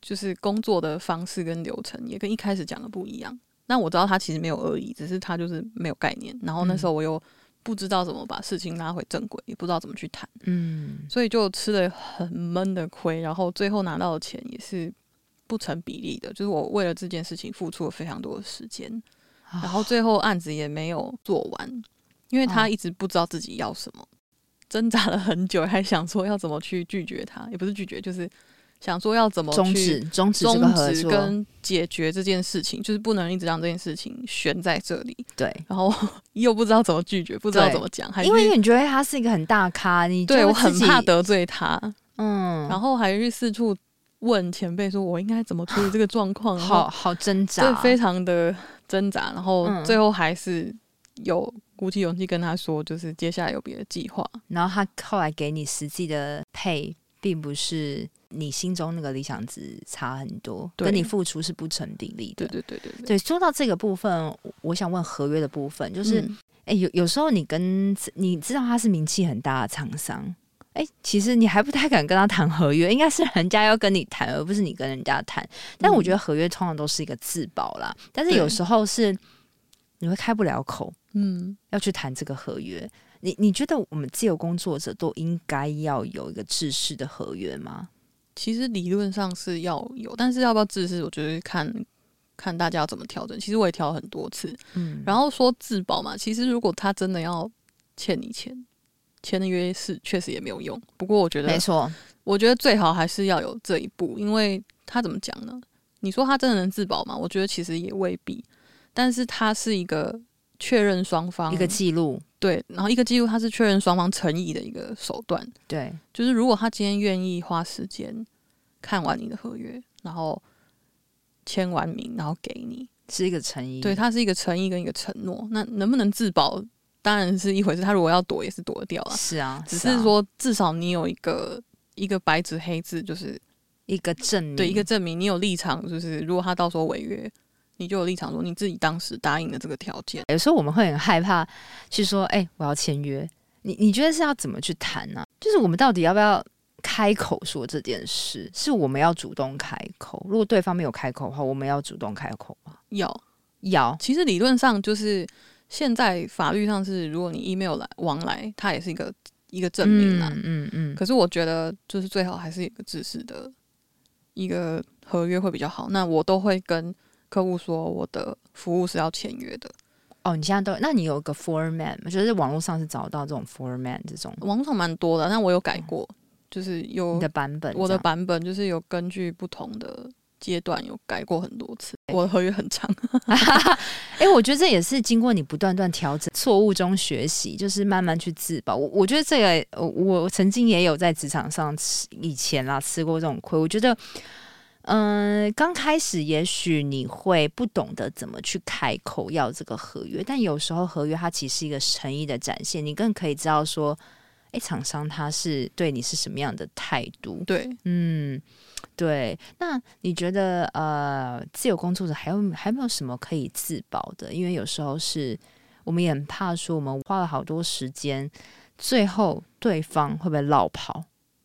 就是工作的方式跟流程也跟一开始讲的不一样。那我知道他其实没有恶意，只是他就是没有概念。然后那时候我又不知道怎么把事情拉回正轨，也不知道怎么去谈，所以就吃了很闷的亏。然后最后拿到的钱也是不成比例的，就是我为了这件事情付出了非常多的时间，然后最后案子也没有做完，因为他一直不知道自己要什么，挣扎了很久，还想说要怎么去拒绝他，也不是拒绝，就是想说要怎么去
终止这个合作
跟解决这件事情，就是不能一直让这件事情悬在这里。
对，
然后又不知道怎么拒绝，不知道怎么讲，
因为你觉得他是一个很大咖，你
对我很怕得罪他，然后还去四处问前辈说我应该怎么处理这个状况，
好挣扎，
对，非常的挣扎。然后最后还是有鼓起勇气跟他说，就是接下来有别的计划。
然后他后来给你实际的配，并不是你心中那个理想值差很多，跟你付出是不成比例的。对，说到这个部分，我想问合约的部分，就是有时候你知道他是名气很大的厂商，其实你还不太敢跟他谈合约，应该是人家要跟你谈，而不是你跟人家谈。但我觉得合约通常都是一个自保啦，但是有时候是你会开不了口，要去谈这个合约。你觉得我们自由工作者都应该要有一个制式的合约吗？
其实理论上是要有，但是要不要制式，我觉得看大家要怎么调整。其实我也调很多次，然后说自保嘛，其实如果他真的要欠你钱，签的约是确实也没有用。不过我觉得，
没错，
我觉得最好还是要有这一步，因为他怎么讲呢？你说他真的能自保吗？我觉得其实也未必，但是他是一个确认双方
一个记录，
对，然后一个记录，它是确认双方诚意的一个手段。
对，
就是如果他今天愿意花时间看完你的合约，然后签完名，然后给你，
是一个诚意。
对，它是一个诚意跟一个承诺。那能不能自保，当然是一回事。他如果要躲，也是躲得掉啊。
是啊，
只是说至少你有一个白纸黑字，就是
一个证明，
对，一个证明，你有立场，就是如果他到时候违约，你就有立场说你自己当时答应的这个条件。
有时候我们会很害怕去说，我要签约。你觉得是要怎么去谈呢？就是我们到底要不要开口说这件事？是我们要主动开口？如果对方没有开口的话，我们要主动开口吗？要。其
实理论上就是现在法律上是，如果你 email 往来，它也是一个证明啦。可是我觉得就是最好还是一个制式的一个合约会比较好。那我都会跟客户说，我的服务是要签约的。
你现在那你有个 format 吗？就是网络上是找到这种 format 这种？
网络上蛮多的，但我有改过，就是有
你的版本，
我的版本就是有根据不同的阶段有改过很多次。我的合约很长。
我觉得这也是经过你不断调整，错误中学习，就是慢慢去自保。我觉得这个我曾经也有在职场上以前吃过这种亏。我觉得刚开始也许你会不懂得怎么去开口要这个合约，但有时候合约它其实是一个诚意的展现，你更可以知道说厂商他是对你是什么样的态度。
对，
对。那你觉得自由工作者还有没有什么可以自保的？因为有时候是我们也很怕说我们花了好多时间，最后对方会不会落跑？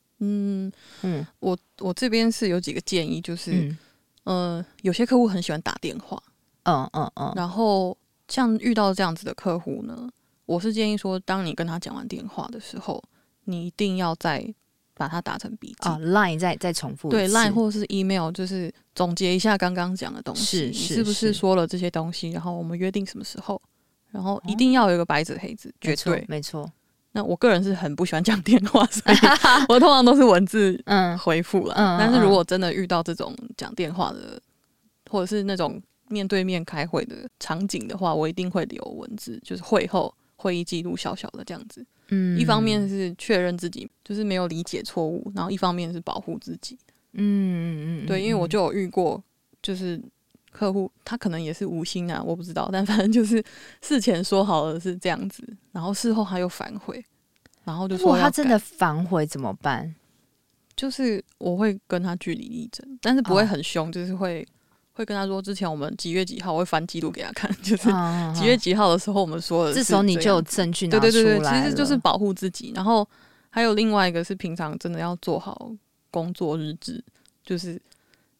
我这边是有几个建议，就是有些客户很喜欢打电话，然后像遇到这样子的客户呢，我是建议说，当你跟他讲完电话的时候，你一定要再把它打成笔记
，Line 再重复一次，
对 Line 或是 email， 就是总结一下刚刚讲的东西，你是不是说了这些东西，然后我们约定什么时候，然后一定要有一个白纸黑字，绝对
没错。
那我个人是很不喜欢讲电话，所以我通常都是文字回复啦。但是如果真的遇到这种讲电话的，或者是那种面对面开会的场景的话，我一定会留文字，就是会后会议记录小小的这样子。一方面是确认自己就是没有理解错误，然后一方面是保护自己。对，因为我就有遇过，就是客户他可能也是无心啊，我不知道，但反正就是事前说好了是这样子，然后事后他又反悔，然后就说
他真的反悔怎么办？
就是我会跟他据理力争，但是不会很凶，就是会跟他说之前我们几月几号，我会翻记录给他看，就是几月几号的时候我们说的，
这时候你就有证据拿出来了。
对，其实就是保护自己。然后还有另外一个是平常真的要做好工作日志，就是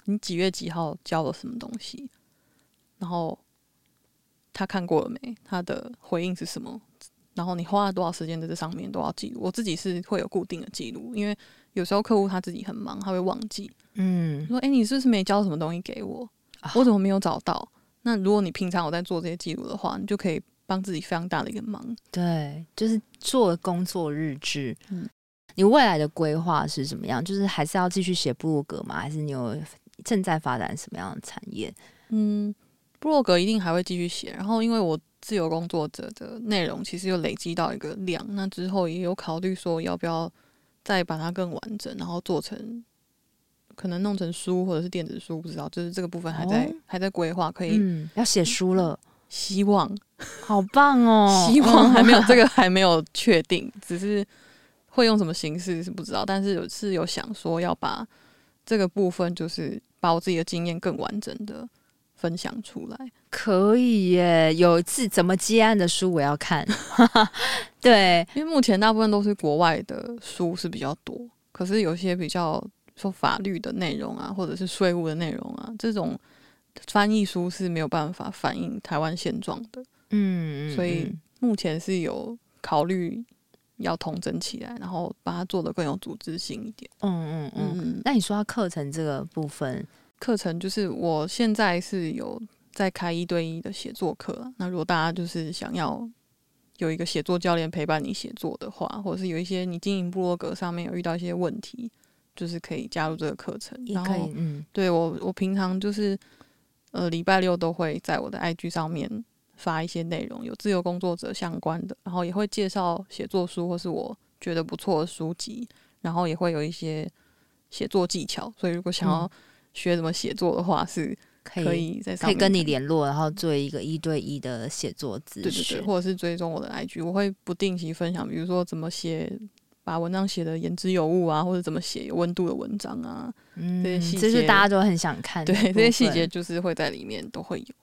你几月几号交了什么东西，然后他看过了没，他的回应是什么，然后你花了多少时间在这上面都要记录。我自己是会有固定的记录，因为有时候客户他自己很忙，他会忘记，说你是不是没交什么东西给我，我怎么没有找到？那如果你平常有在做这些记录的话，你就可以帮自己非常大的一个忙。
对，就是做工作日志。你未来的规划是怎么样？就是还是要继续写部落格吗？还是你有正在发展什么样的产业？
部落格一定还会继续写，然后因为我自由工作者的内容其实又累积到一个量，那之后也有考虑说要不要再把它更完整，然后做成可能弄成书或者是电子书，不知道，就是这个部分还在规划，可以
要写书了，
希望，
好棒哦！
希望还没有这个还没有确定，只是会用什么形式是不知道，但是有想说要把这个部分就是把我自己的经验更完整的分享出来。
可以耶，有怎么接案的书我要看。对，
因为目前大部分都是国外的书是比较多，可是有些比较说法律的内容啊，或者是税务的内容啊，这种翻译书是没有办法反映台湾现状的。所以目前是有考虑要统整起来，然后把它做得更有组织性一点。
那你说到课程这个部分，
课程就是我现在是有在开1对1的写作课，那如果大家就是想要有一个写作教练陪伴你写作的话，或者是有一些你经营部落格上面有遇到一些问题，就是可以加入这个课程。然后对我平常就是礼拜六都会在我的 IG 上面发一些内容，有自由工作者相关的，然后也会介绍写作书或是我觉得不错的书籍，然后也会有一些写作技巧，所以如果想要学怎么写作的话，是可以在上面
可以跟你联络，然后做一个1对1的写作咨询，
对，或者是追踪我的 IG， 我会不定期分享，比如说怎么写，把文章写的言之有物啊，或者怎么写有温度的文章啊，这些细节，
这是大家都很想看的。
对，这些细节就是会在里面都会有。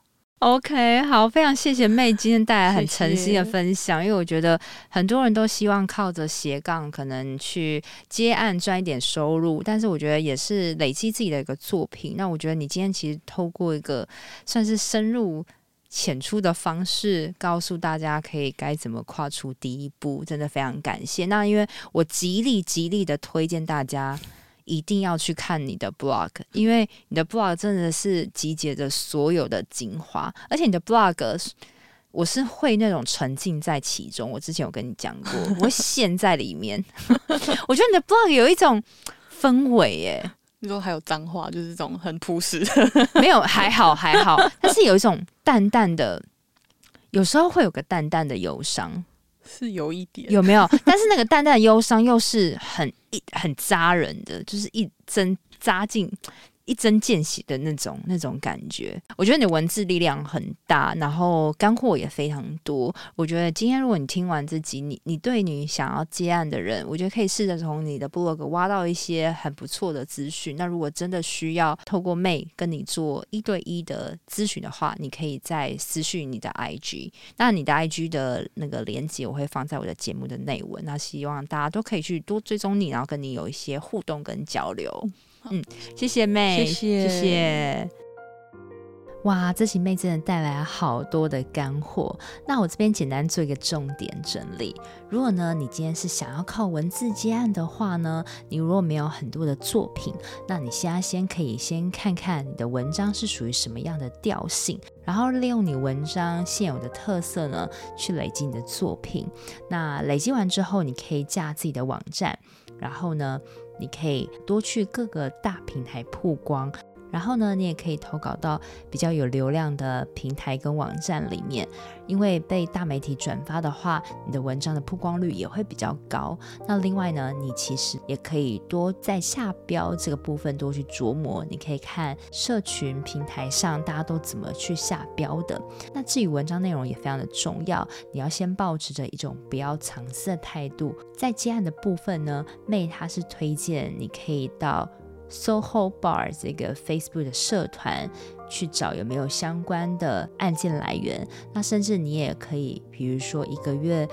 OK， 好，非常谢谢妹今天带来很诚心的分享，因为我觉得很多人都希望靠着斜杠可能去接案赚一点收入，但是我觉得也是累积自己的一个作品。那我觉得你今天其实透过一个算是深入浅出的方式告诉大家可以该怎么跨出第一步，真的非常感谢。那因为我极力的推荐大家一定要去看你的 blog， 因为你的 blog 真的是集结着所有的精华，而且你的 blog 我是会那种沉浸在其中，我之前有跟你讲过，我会陷在里面。我觉得你的 blog 有一种氛围耶，
你说还有脏话，就是这种很朴实的，
没有，还好，但是有一种淡淡的，有时候会有个淡淡的忧伤。
是有一点，
有没有？但是那个淡淡的忧伤又是很扎人的，就是一针扎进一针见血的那种感觉。我觉得你的文字力量很大，然后干货也非常多。我觉得今天如果你听完这集，你对你想要接案的人，我觉得可以试着从你的部落格挖到一些很不错的资讯。那如果真的需要透过妹跟你做1对1的咨询的话，你可以再私讯你的 IG。那你的 IG 的那个连结我会放在我的节目的内文。那希望大家都可以去多追踪你，然后跟你有一些互动跟交流。谢谢妹，谢谢。哇，这期妹真的带来好多的干货。那我这边简单做一个重点整理。如果呢，你今天是想要靠文字接案的话呢，你如果没有很多的作品，那你现在可以先看看你的文章是属于什么样的调性，然后利用你文章现有的特色呢，去累积你的作品。那累积完之后，你可以架自己的网站，然后呢，你可以多去各个大平台曝光，然后呢，你也可以投稿到比较有流量的平台跟网站里面，因为被大媒体转发的话，你的文章的曝光率也会比较高。那另外呢，你其实也可以多在下标这个部分多去琢磨，你可以看社群平台上大家都怎么去下标的。那至于文章内容也非常的重要，你要先抱持着一种不要藏私的态度。在接案的部分呢，妹她是推荐你可以到SOHO Bar 这个 Facebook 的社团去找有没有相关的案件来源。那甚至你也可以比如说1个月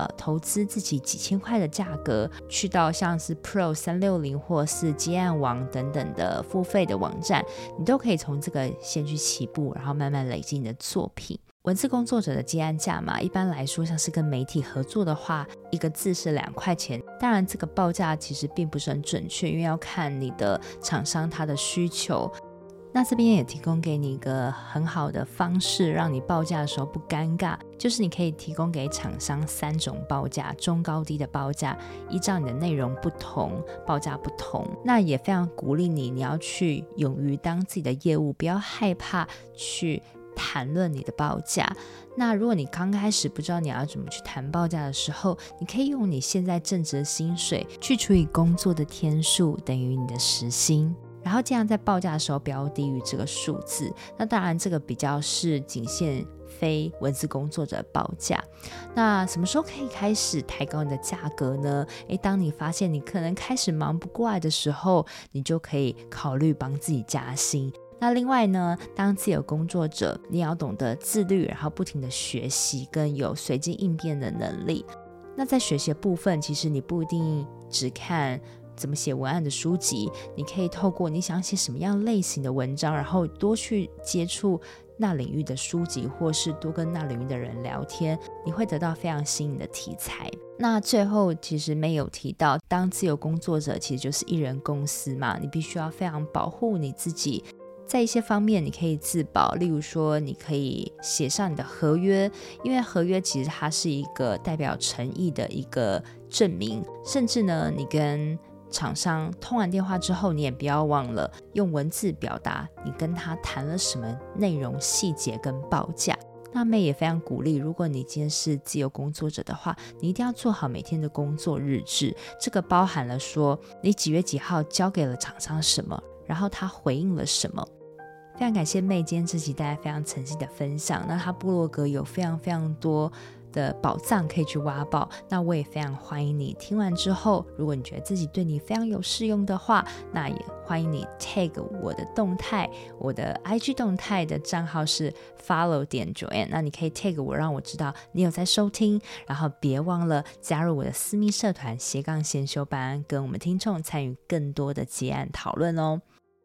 投资自己几千块的价格去到像是 Pro 360或是接案王等等的付费的网站，你都可以从这个先去起步，然后慢慢累积你的作品。文字工作者的接案价嘛，一般来说像是跟媒体合作的话，一个字是2块钱。当然这个报价其实并不是很准确，因为要看你的厂商他的需求。那这边也提供给你一个很好的方式，让你报价的时候不尴尬，就是你可以提供给厂商3种报价，中高低的报价，依照你的内容不同，报价不同。那也非常鼓励你要去勇于当自己的业务，不要害怕去谈论你的报价。那如果你刚开始不知道你要怎么去谈报价的时候，你可以用你现在正职的薪水去除以工作的天数等于你的时薪，然后这样在报价的时候不要低于这个数字。那当然这个比较是仅限非文字工作者的报价。那什么时候可以开始抬高你的价格呢？当你发现你可能开始忙不过来的时候，你就可以考虑帮自己加薪。那另外呢，当自由工作者，你要懂得自律，然后不停的学习，跟有随机应变的能力。那在学习的部分，其实你不一定只看怎么写文案的书籍，你可以透过你想写什么样类型的文章，然后多去接触那领域的书籍，或是多跟那领域的人聊天，你会得到非常新颖的题材。那最后其实没有提到，当自由工作者其实就是一人公司嘛，你必须要非常保护你自己。在一些方面你可以自保，例如说你可以写上你的合约，因为合约其实它是一个代表诚意的一个证明。甚至呢，你跟厂商通完电话之后，你也不要忘了用文字表达你跟他谈了什么内容细节跟报价。那妹也非常鼓励，如果你今天是自由工作者的话，你一定要做好每天的工作日志，这个包含了说你几月几号交给了厂商什么，然后他回应了什么。非常感谢妹今天这集带来非常诚心的分享，那她部落格有非常非常多的宝藏可以去挖宝。那我也非常欢迎你听完之后，如果你觉得自己对你非常有适用的话，那也欢迎你 tag 我的动态，我的 IG 动态的账号是 follow.joanne， 那你可以 tag 我，让我知道你有在收听，然后别忘了加入我的私密社团斜杠先修班，跟我们听众参与更多的结案讨论哦。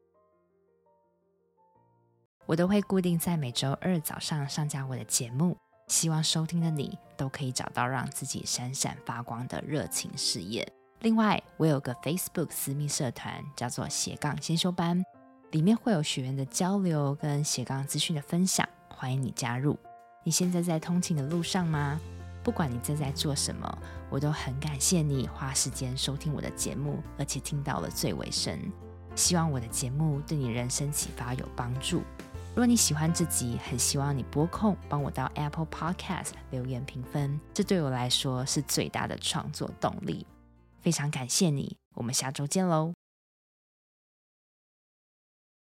我都会固定在每周2早上上架我的节目，希望收听的你都可以找到让自己闪闪发光的热情事业。另外，我有个 Facebook 私密社团叫做斜杠先修班，里面会有学员的交流跟斜杠资讯的分享，欢迎你加入。你现在在通勤的路上吗？不管你正在做什么，我都很感谢你花时间收听我的节目，而且听到了最尾声。希望我的节目对你人生启发有帮助。如果你喜欢这集，很希望你拨空帮我到 Apple Podcast 留言评分，这对我来说是最大的创作动力。非常感谢你，我们下周见喽。